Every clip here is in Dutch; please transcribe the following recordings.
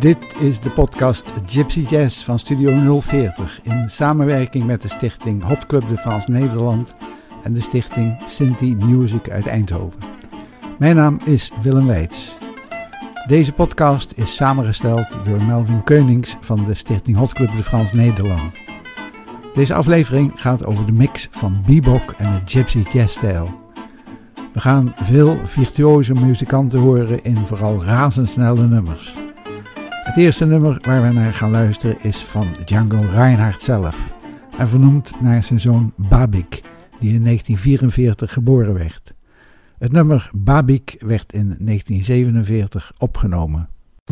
Dit is de podcast Gypsy Jazz van Studio 040 in samenwerking met de stichting Hot Club de France Nederland en de stichting Sinti Music uit Eindhoven. Mijn naam is Willem Weits. Deze podcast is samengesteld door Melvin Keunings van de stichting Hot Club de France Nederland. Deze aflevering gaat over de mix van bebop en de Gypsy Jazz-stijl. We gaan veel virtuoze muzikanten horen in vooral razendsnelle nummers. Het eerste nummer waar we naar gaan luisteren is van Django Reinhardt zelf en vernoemd naar zijn zoon Babik, die in 1944 geboren werd. Het nummer Babik werd in 1947 opgenomen.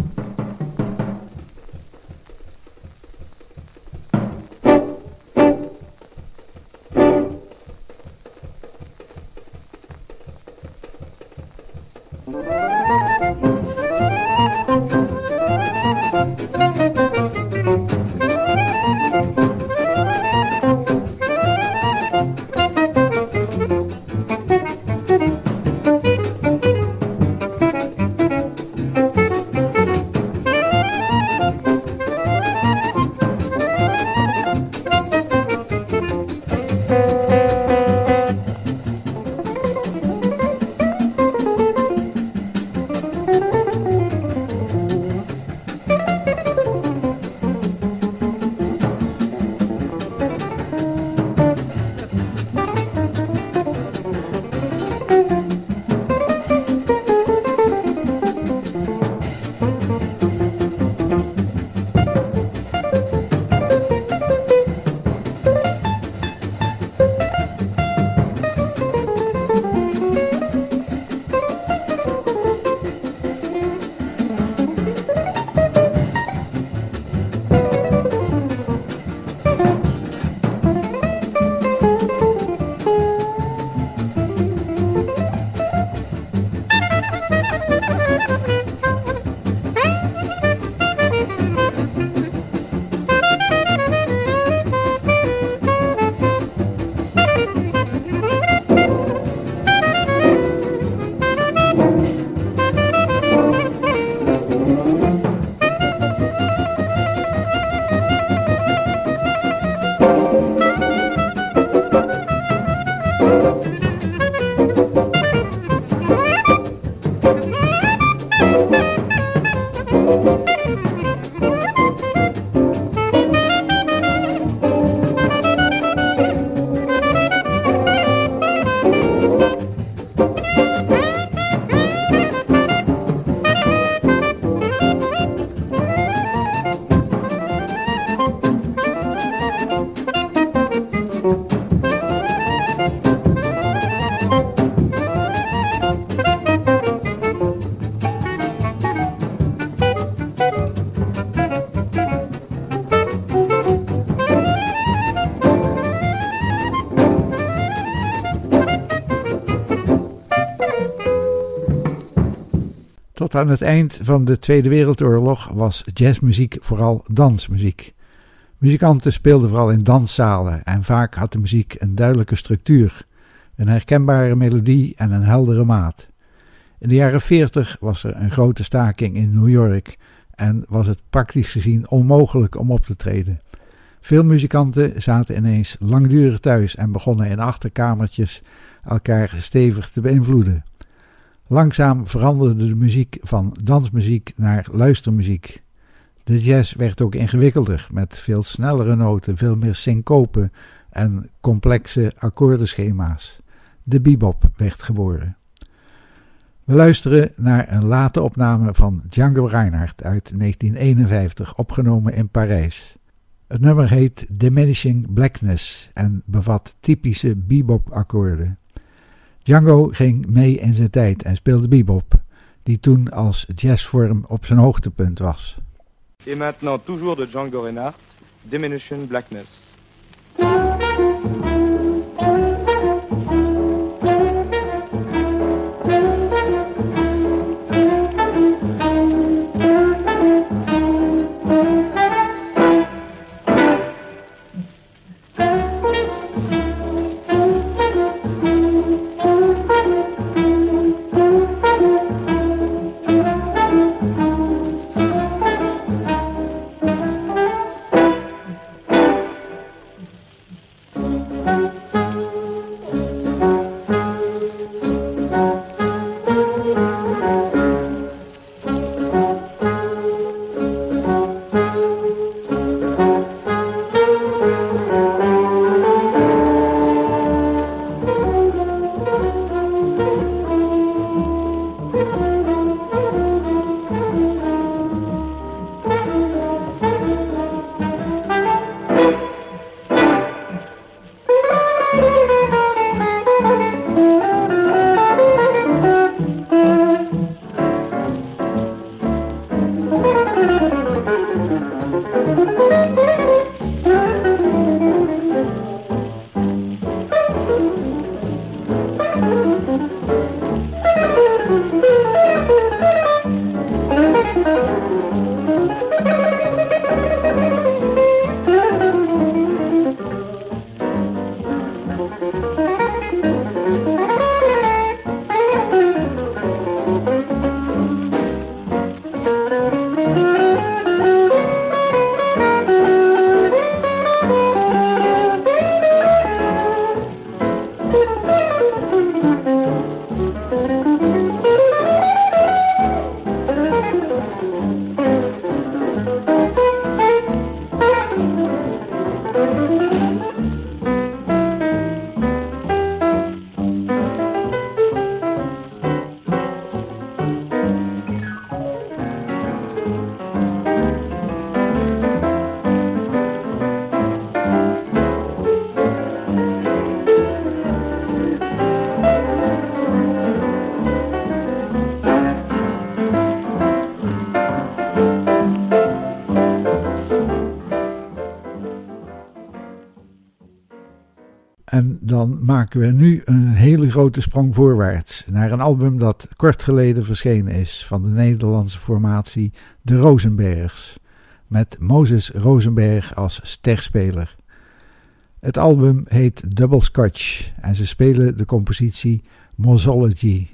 Tot aan het eind van de Tweede Wereldoorlog was jazzmuziek vooral dansmuziek. Muzikanten speelden vooral in danszalen en vaak had de muziek een duidelijke structuur, een herkenbare melodie en een heldere maat. In de jaren 40 was er een grote staking in New York en was het praktisch gezien onmogelijk om op te treden. Veel muzikanten zaten ineens langdurig thuis en begonnen in achterkamertjes elkaar stevig te beïnvloeden. Langzaam veranderde de muziek van dansmuziek naar luistermuziek. De jazz werd ook ingewikkelder, met veel snellere noten, veel meer syncopen en complexe akkoordenschema's. De bebop werd geboren. We luisteren naar een late opname van Django Reinhardt uit 1951, opgenomen in Parijs. Het nummer heet Diminishing Blackness en bevat typische bebop-akkoorden. Django ging mee in zijn tijd en speelde bebop, die toen als jazzvorm op zijn hoogtepunt was. Et maintenant toujours de Django Reinhardt, Diminishing Blackness. En dan maken we nu een hele grote sprong voorwaarts naar een album dat kort geleden verschenen is van de Nederlandse formatie De Rosenbergs, met Moses Rosenberg als sterspeler. Het album heet Double Scotch en ze spelen de compositie Mozology.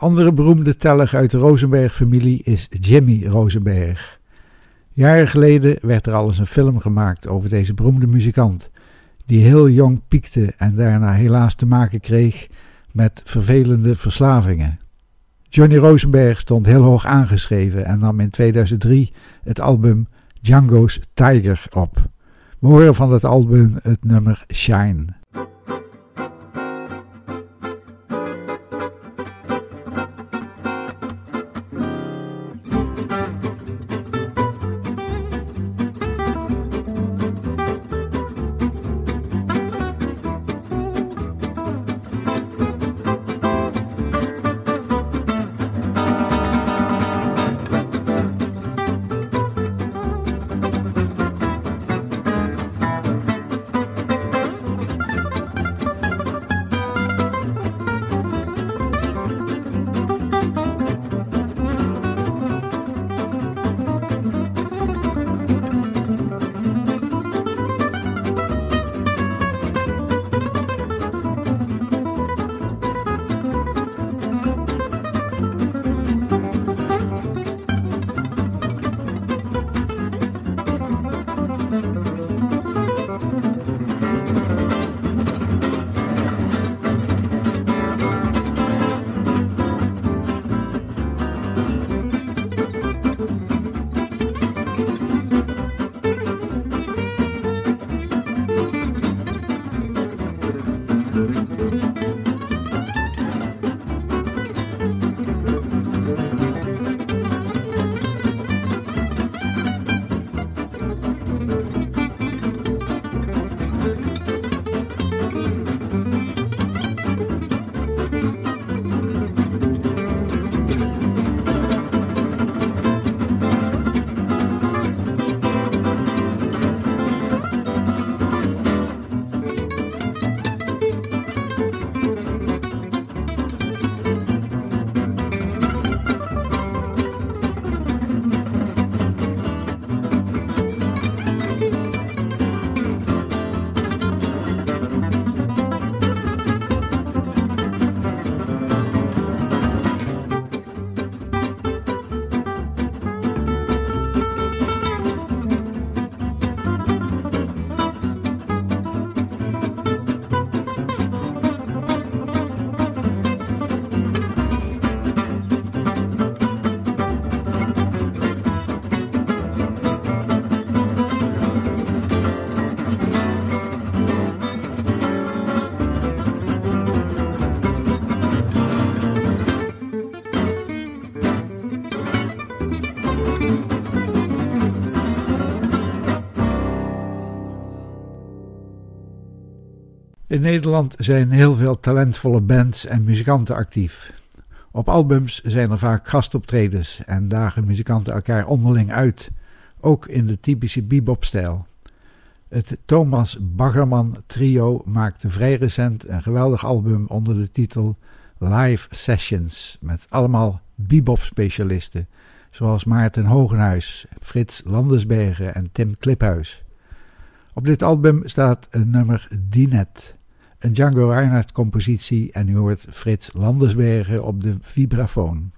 Andere beroemde telg uit de Rosenberg-familie is Jimmy Rosenberg. Jaren geleden werd er al eens een film gemaakt over deze beroemde muzikant, die heel jong piekte en daarna helaas te maken kreeg met vervelende verslavingen. Johnny Rosenberg stond heel hoog aangeschreven en nam in 2003 het album Django's Tiger op. We horen van het album het nummer Shine. In Nederland zijn heel veel talentvolle bands en muzikanten actief. Op albums zijn er vaak gastoptredens en dagen muzikanten elkaar onderling uit, ook in de typische bebop-stijl. Het Thomas Baggerman Trio maakte vrij recent een geweldig album onder de titel Live Sessions, met allemaal bebop-specialisten, zoals Maarten Hogenhuis, Frits Landersbergen en Tim Kliphuis. Op dit album staat een nummer Dinet, een Django Reinhardt compositie, en u hoort Frits Landersbergen op de vibrafoon.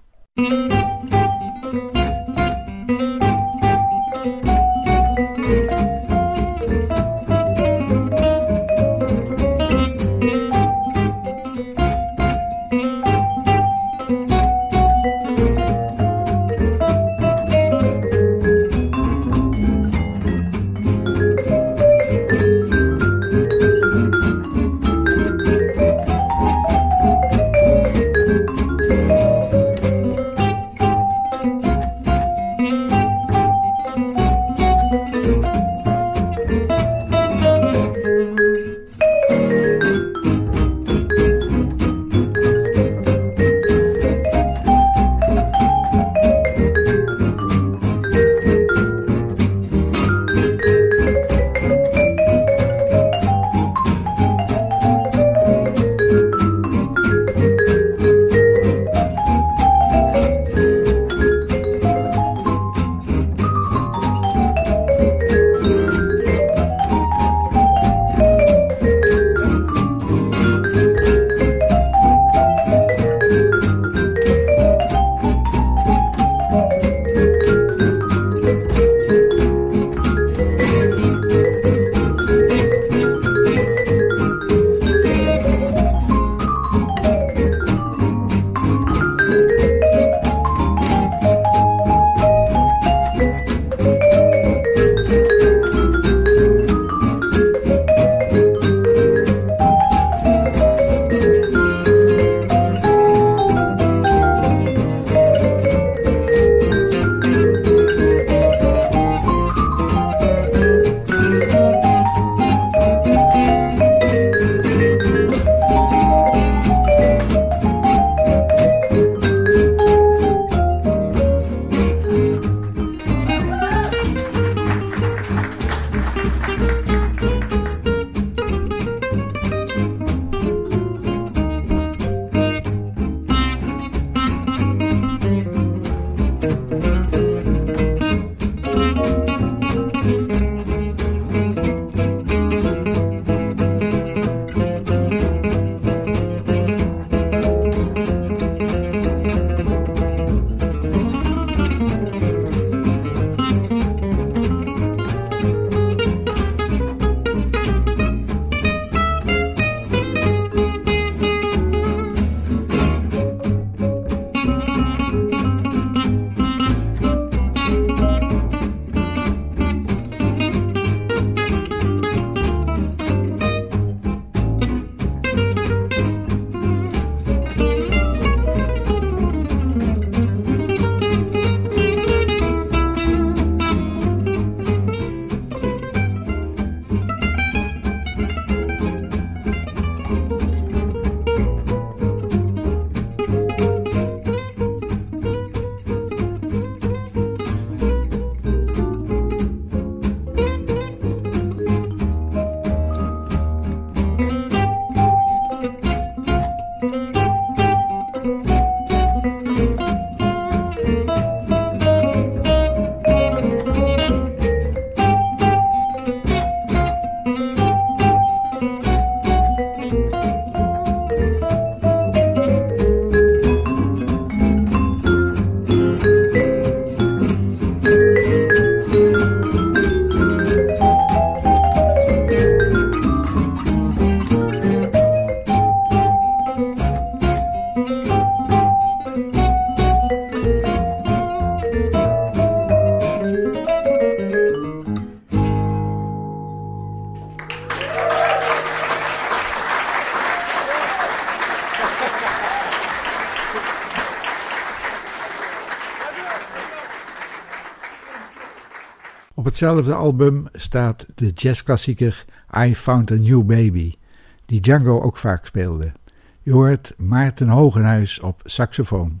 Op hetzelfde album staat de jazzklassieker I Found a New Baby, die Django ook vaak speelde. U hoort Maarten Hogenhuis op saxofoon.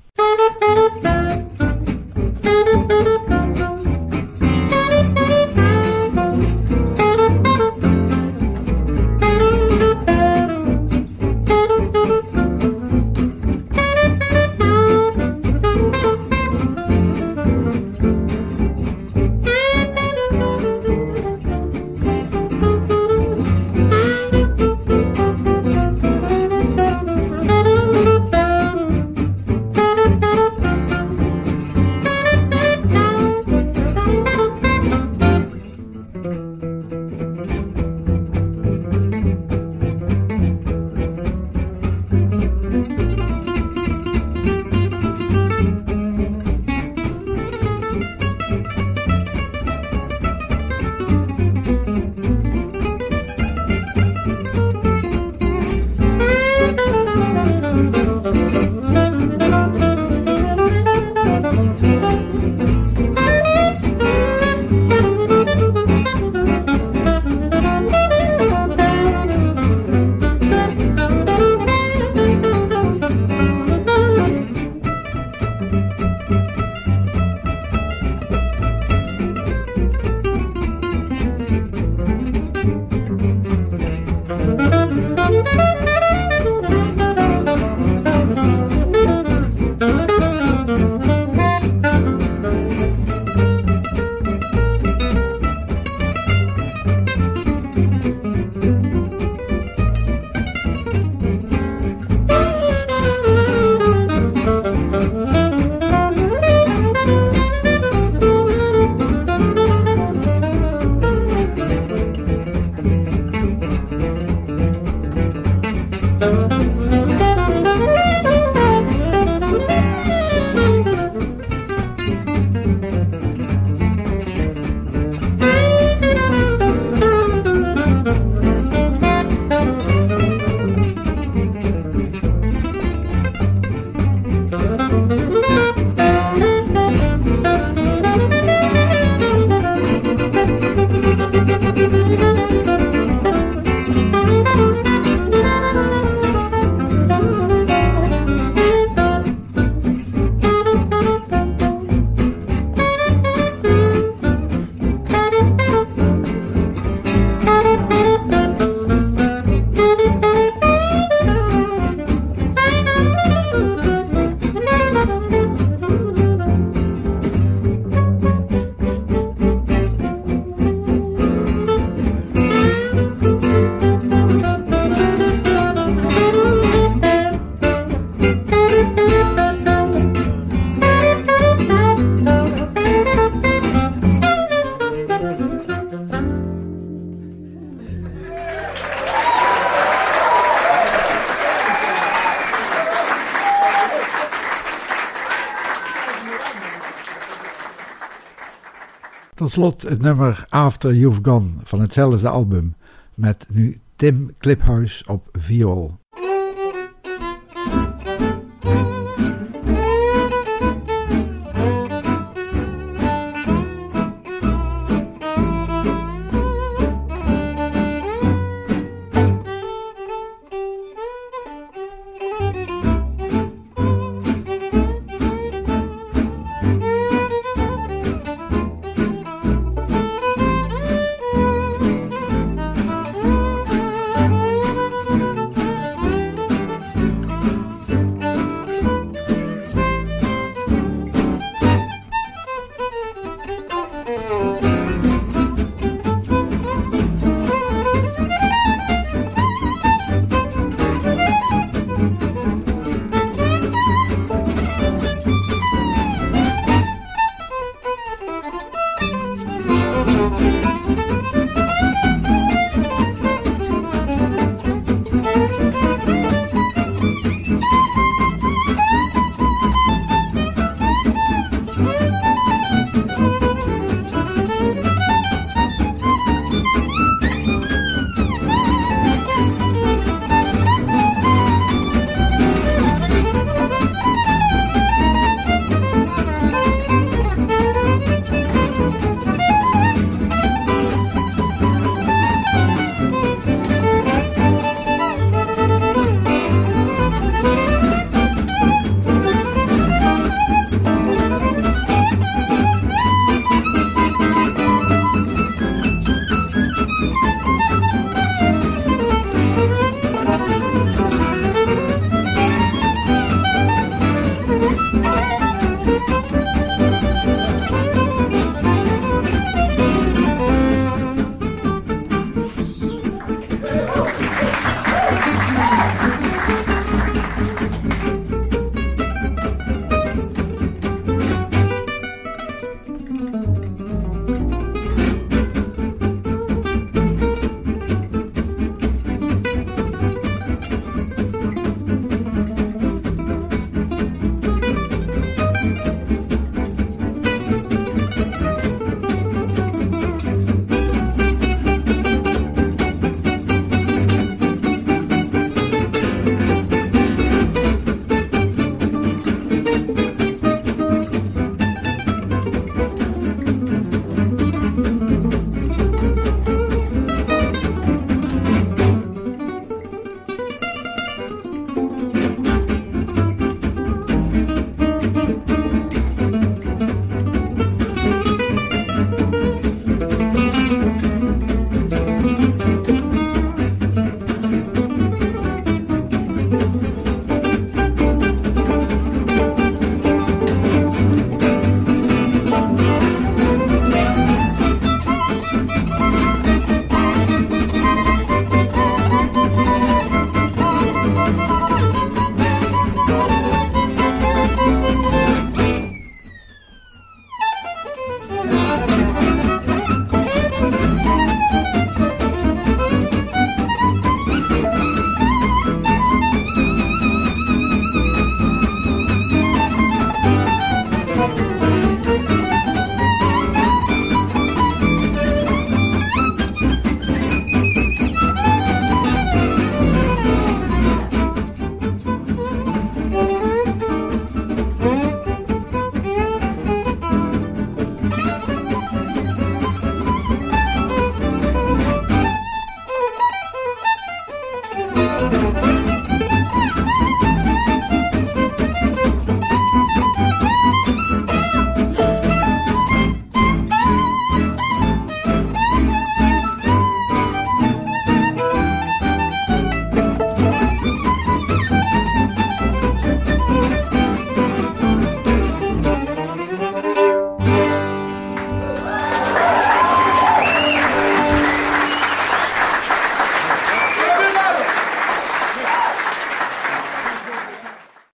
Tot slot het nummer After You've Gone van hetzelfde album, met nu Tim Kliphuis op viool.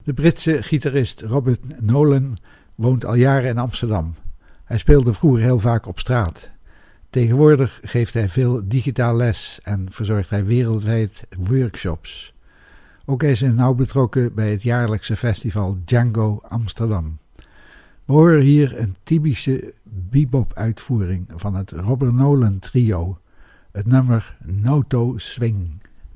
De Britse gitarist Robin Nolan woont al jaren in Amsterdam. Hij speelde vroeger heel vaak op straat. Tegenwoordig geeft hij veel digitaal les en verzorgt hij wereldwijd workshops. Ook is hij nauw betrokken bij het jaarlijkse festival Django Amsterdam. We horen hier een typische bebop-uitvoering van het Robin Nolan trio, het nummer Noto Swing.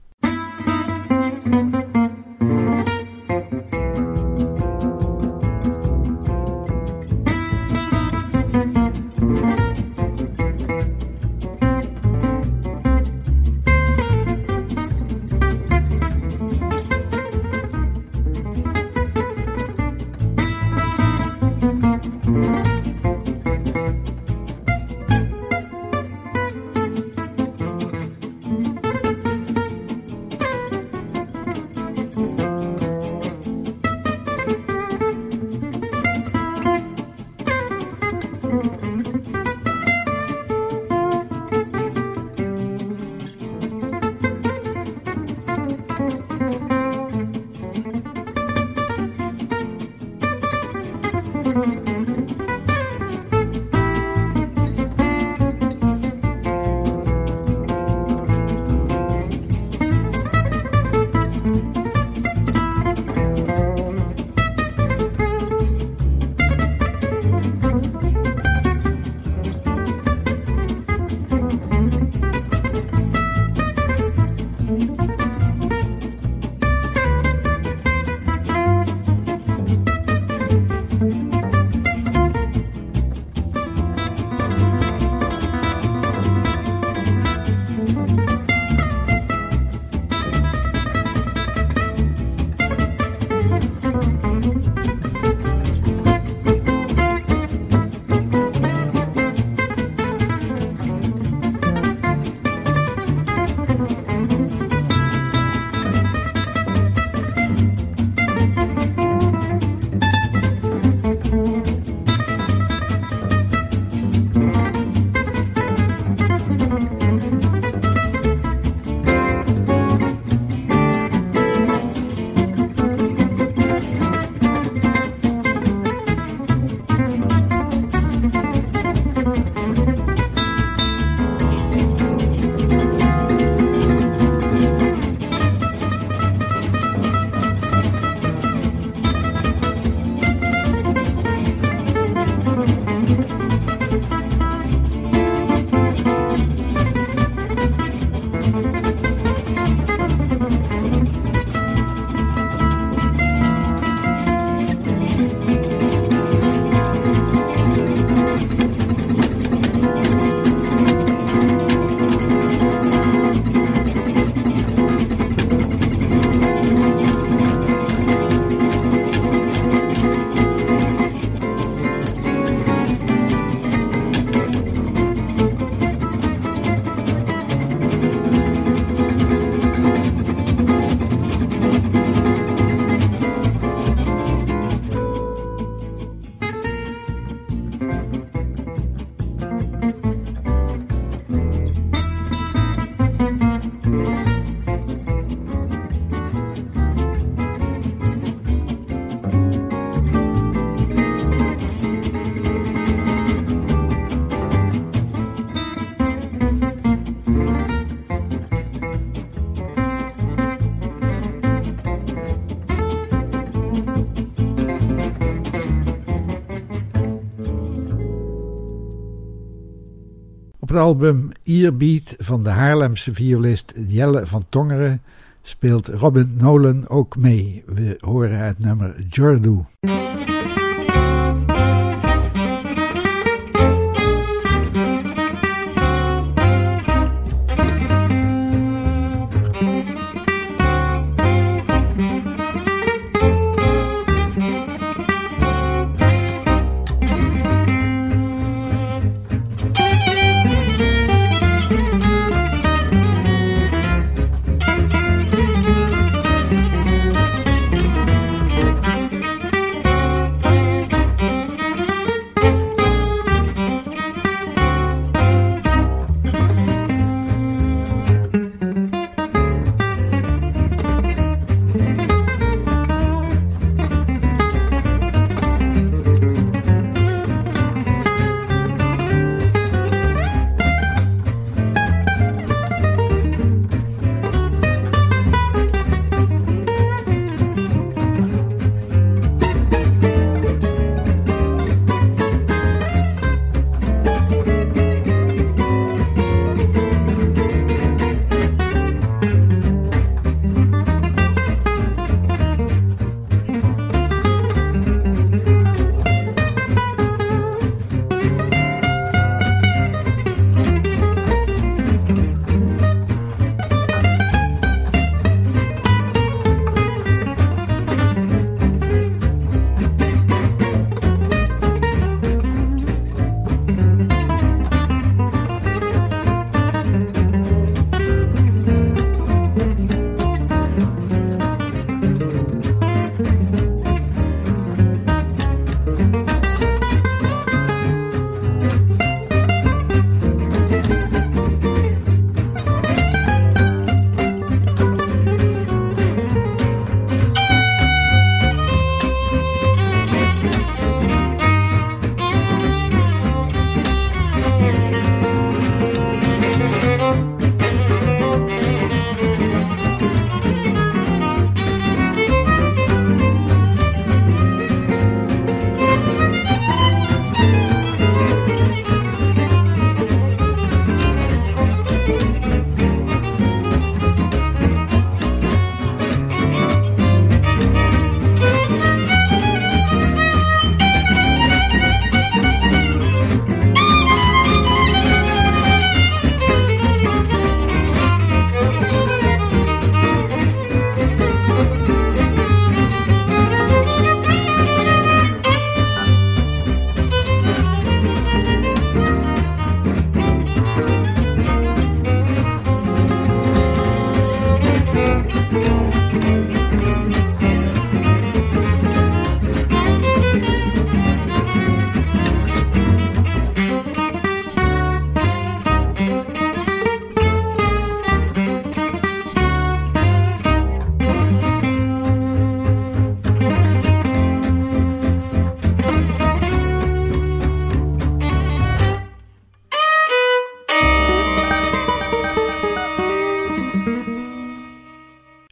Op het album Earbeat van de Haarlemse violist Jelle van Tongeren speelt Robin Nolan ook mee. We horen het nummer Jordu.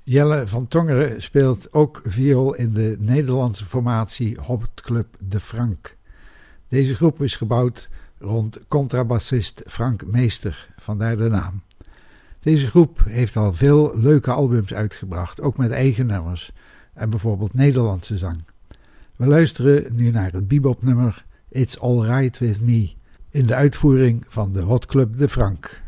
Jelle van Tongeren speelt ook viool in de Nederlandse formatie Hot Club de Frank. Deze groep is gebouwd rond contrabassist Frank Meester, vandaar de naam. Deze groep heeft al veel leuke albums uitgebracht, ook met eigen nummers en bijvoorbeeld Nederlandse zang. We luisteren nu naar het bebopnummer It's Alright With Me in de uitvoering van de Hot Club de Frank.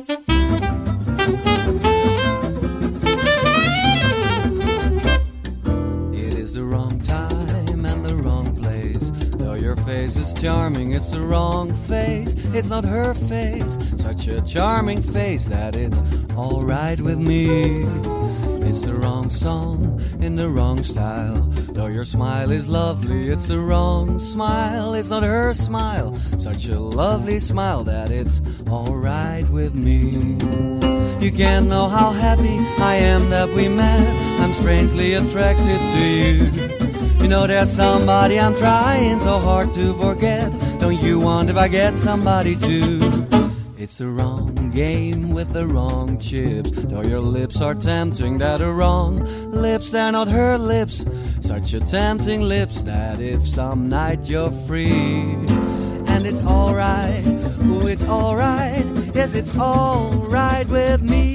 It is the wrong time and the wrong place. Though your face is charming, it's the wrong face. It's not her face, such a charming face that it's all right with me. It's the wrong song in the wrong style. Though your smile is lovely, it's the wrong smile. It's not her smile, such a lovely smile that it's all right with me. You can't know how happy I am that we met. I'm strangely attracted to you. You know there's somebody I'm trying so hard to forget. Don't you wonder if I get somebody too? It's the wrong game with the wrong chips. Though your lips are tempting, that are wrong lips. They're not her lips, such a tempting lips that if some night you're free. And it's alright, ooh it's alright. Yes, it's alright with me.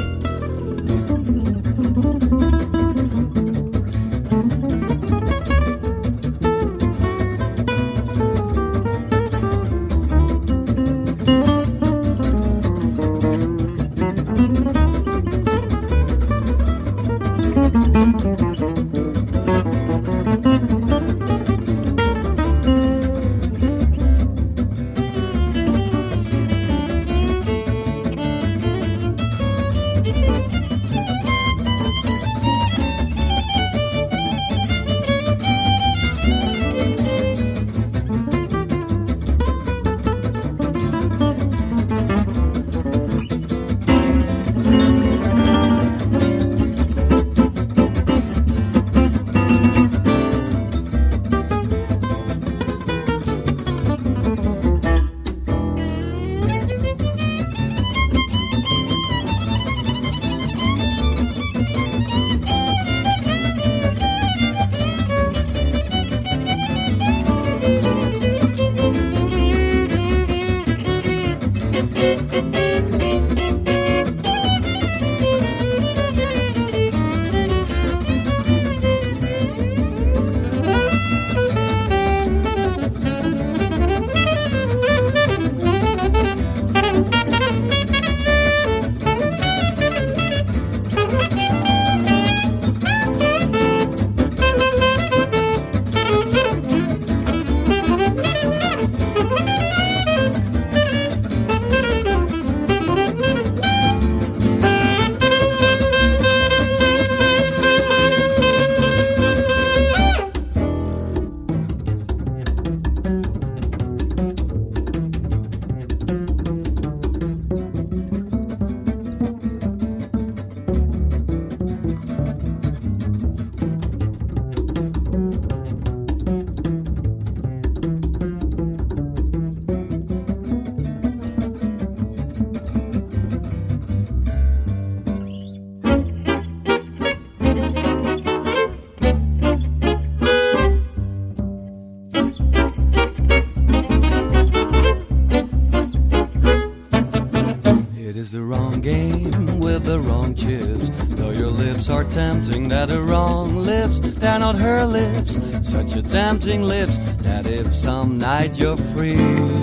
Tempting that are wrong lips, they're not her lips, such a tempting lips that if some night you're free.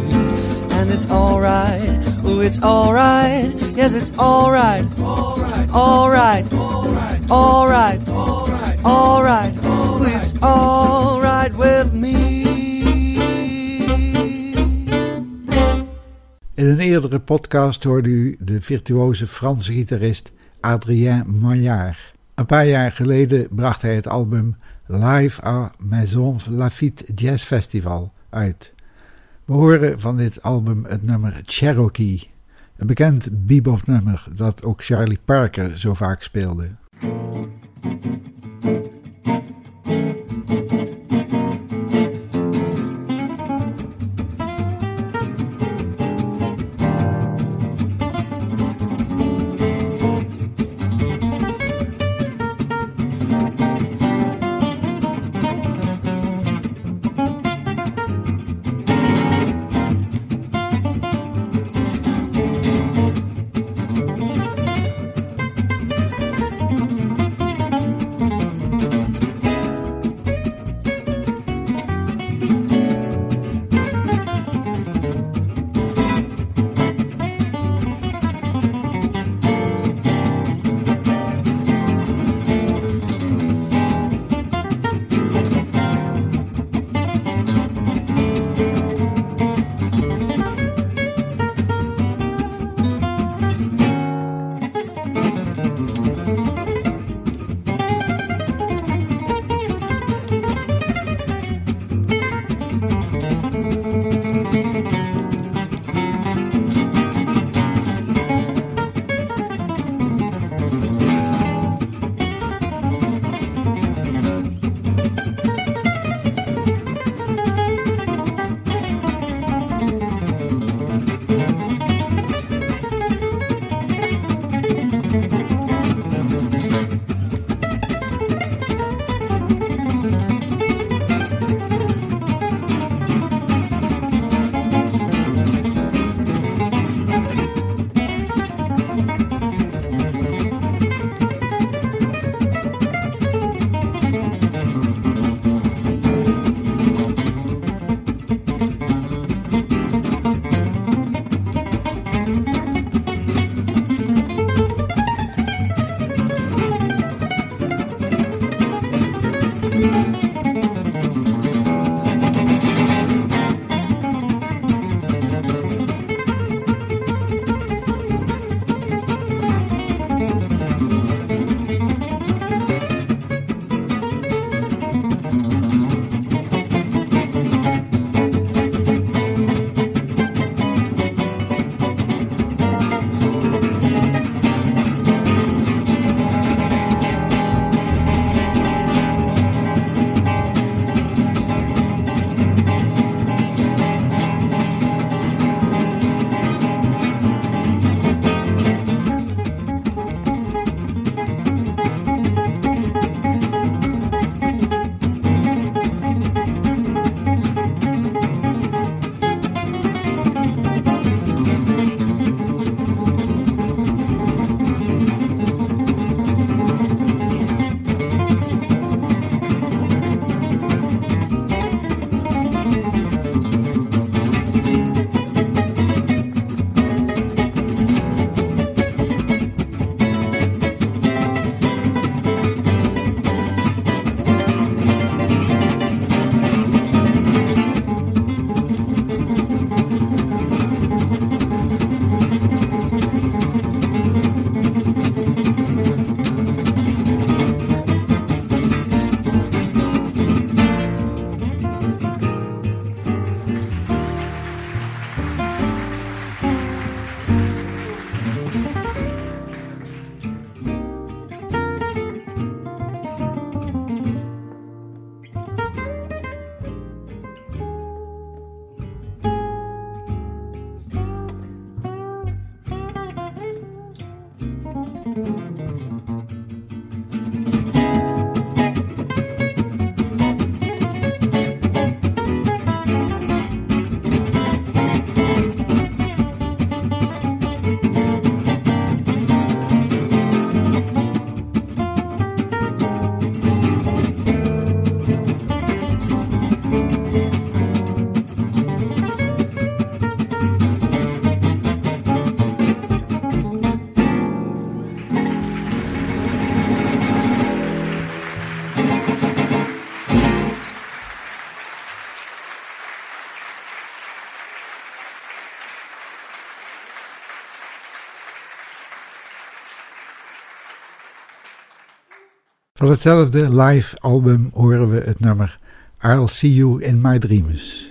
And it's alright, ooh it's alright, yes it's alright, alright, alright, alright, alright, alright, alright, ooh it's alright with me. In een eerdere podcast hoorde u de virtuoze Franse gitarist Adrien Maillard. Een paar jaar geleden bracht hij het album Live à Maison Lafitte Jazz Festival uit. We horen van dit album het nummer Cherokee, een bekend bebopnummer dat ook Charlie Parker zo vaak speelde. Van hetzelfde live album horen we het nummer I'll See You in My Dreams.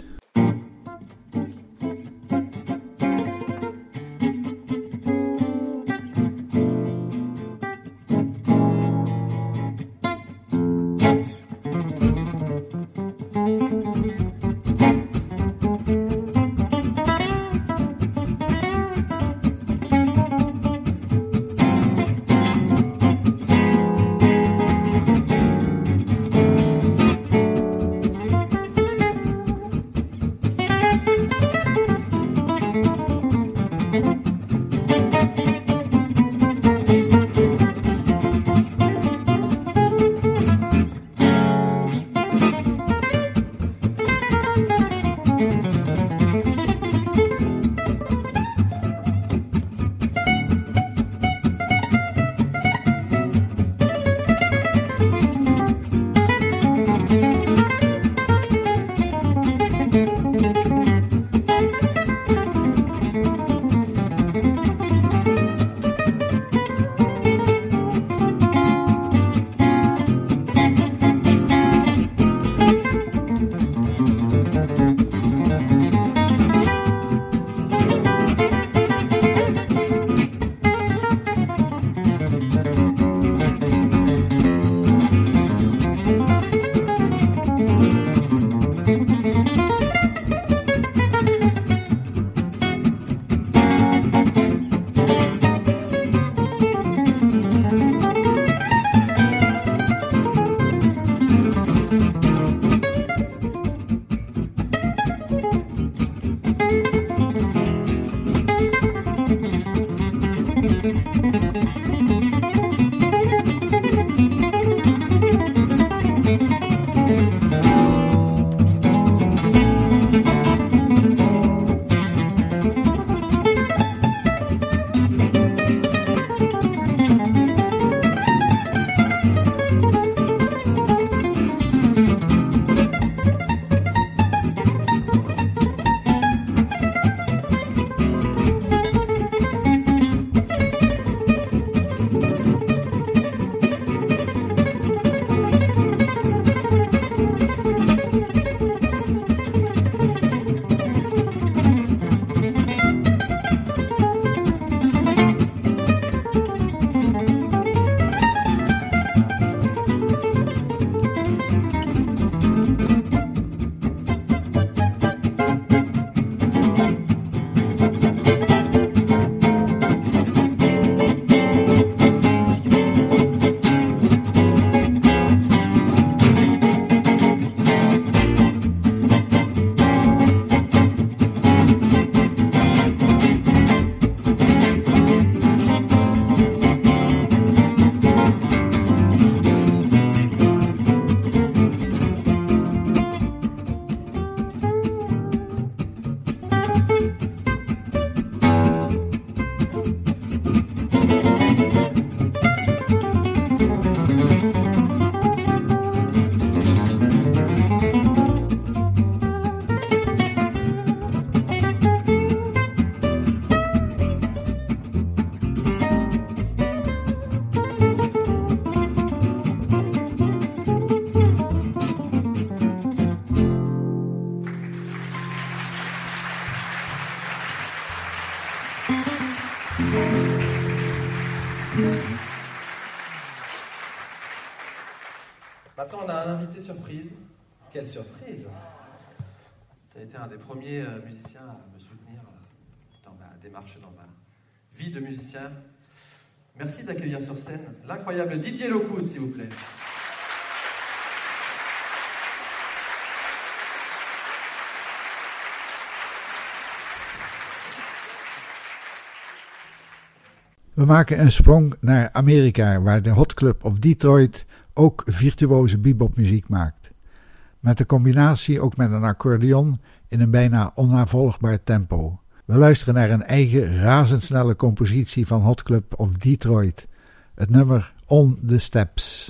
Maintenant, on a un invité surprise. Quelle surprise! Ça a été un des premiers musiciens à me soutenir dans ma démarche, dans ma vie de musicien. Merci d'accueillir sur scène l'incroyable Didier Lockwood, s'il vous plaît. We maken een sprong naar Amerika, waar de Hot Club of Detroit ook virtuoze bebopmuziek maakt. Met de combinatie ook met een accordeon in een bijna onnavolgbaar tempo. We luisteren naar een eigen razendsnelle compositie van Hot Club of Detroit. Het nummer On the Steps.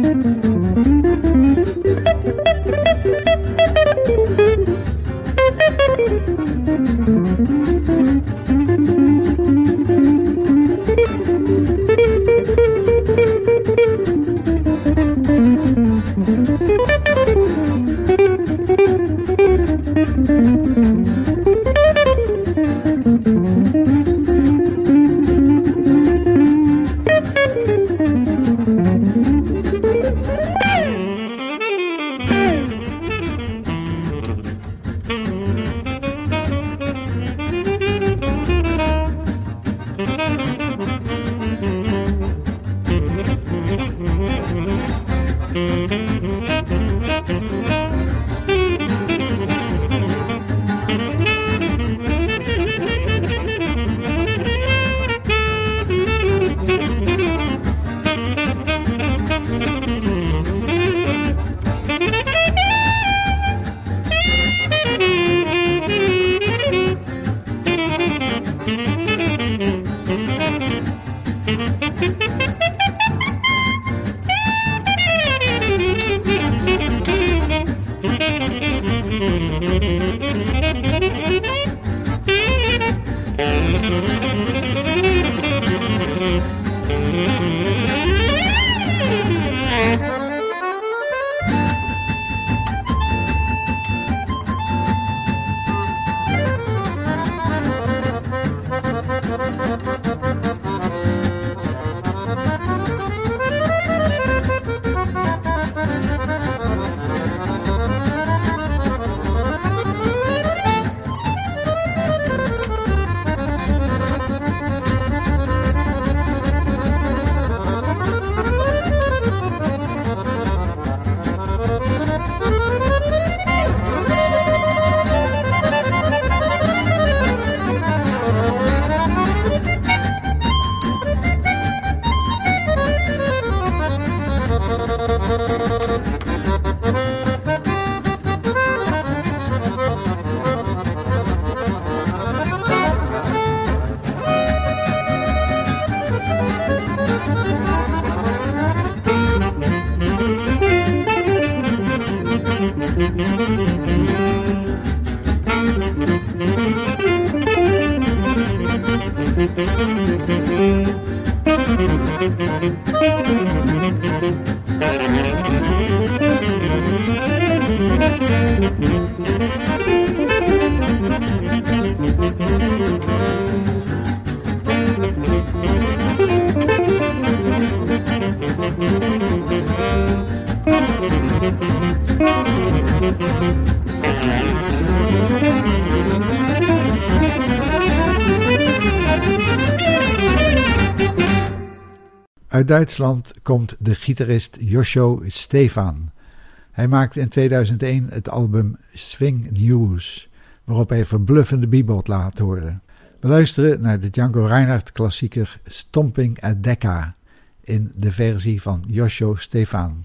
Uit Duitsland komt de gitarist Joshua Stephan. Hij maakte in 2001 het album Swing News, waarop hij verbluffende bebop laat horen. We luisteren naar de Django Reinhardt klassieker Stomping at Decca in de versie van Joshua Stephan.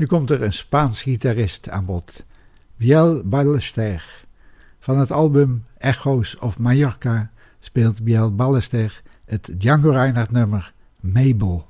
Nu komt er een Spaans gitarist aan bod, Biel Ballester. Van het album Echoes of Mallorca speelt Biel Ballester het Django Reinhardt nummer Mabel.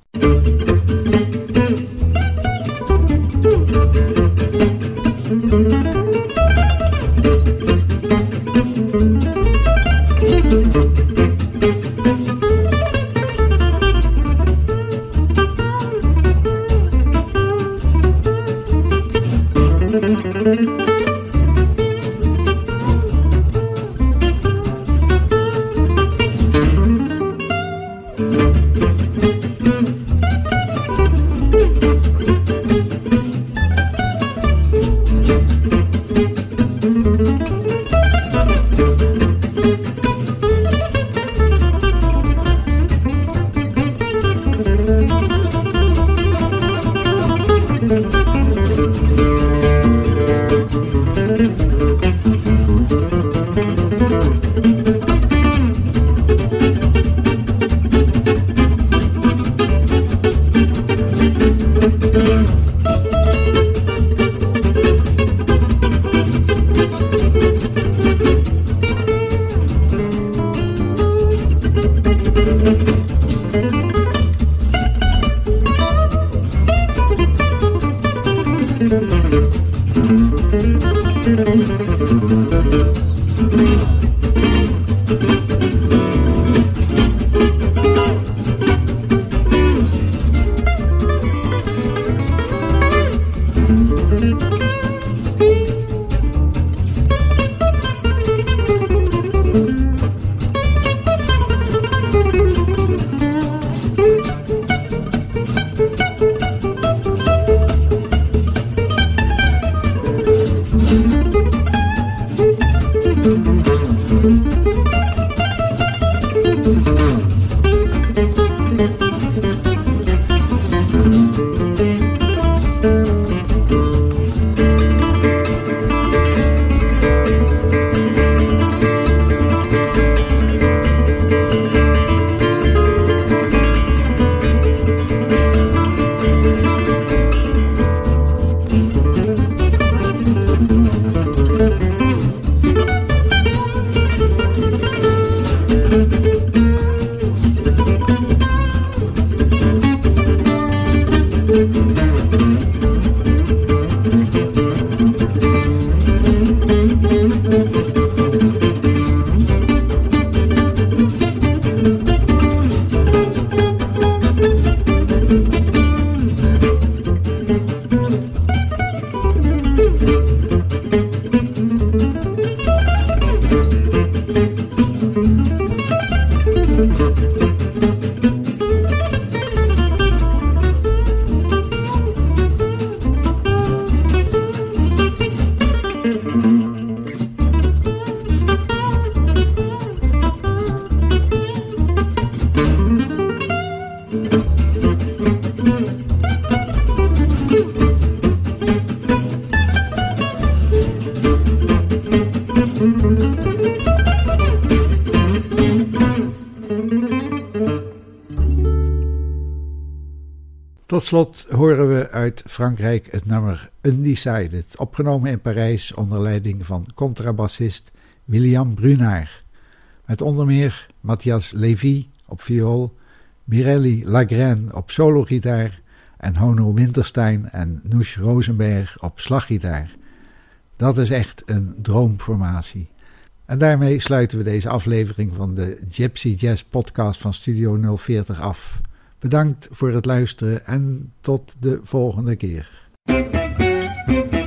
Tot slot horen we uit Frankrijk het nummer Undecided, opgenomen in Parijs onder leiding van contrabassist William Brunard. Met onder meer Matthias Levy op viool, Mirelli Lagraine op sologitaar en Hono Winterstein en Noush Rosenberg op slaggitaar. Dat is echt een droomformatie. En daarmee sluiten we deze aflevering van de Gypsy Jazz podcast van Studio 040 af. Bedankt voor het luisteren en tot de volgende keer.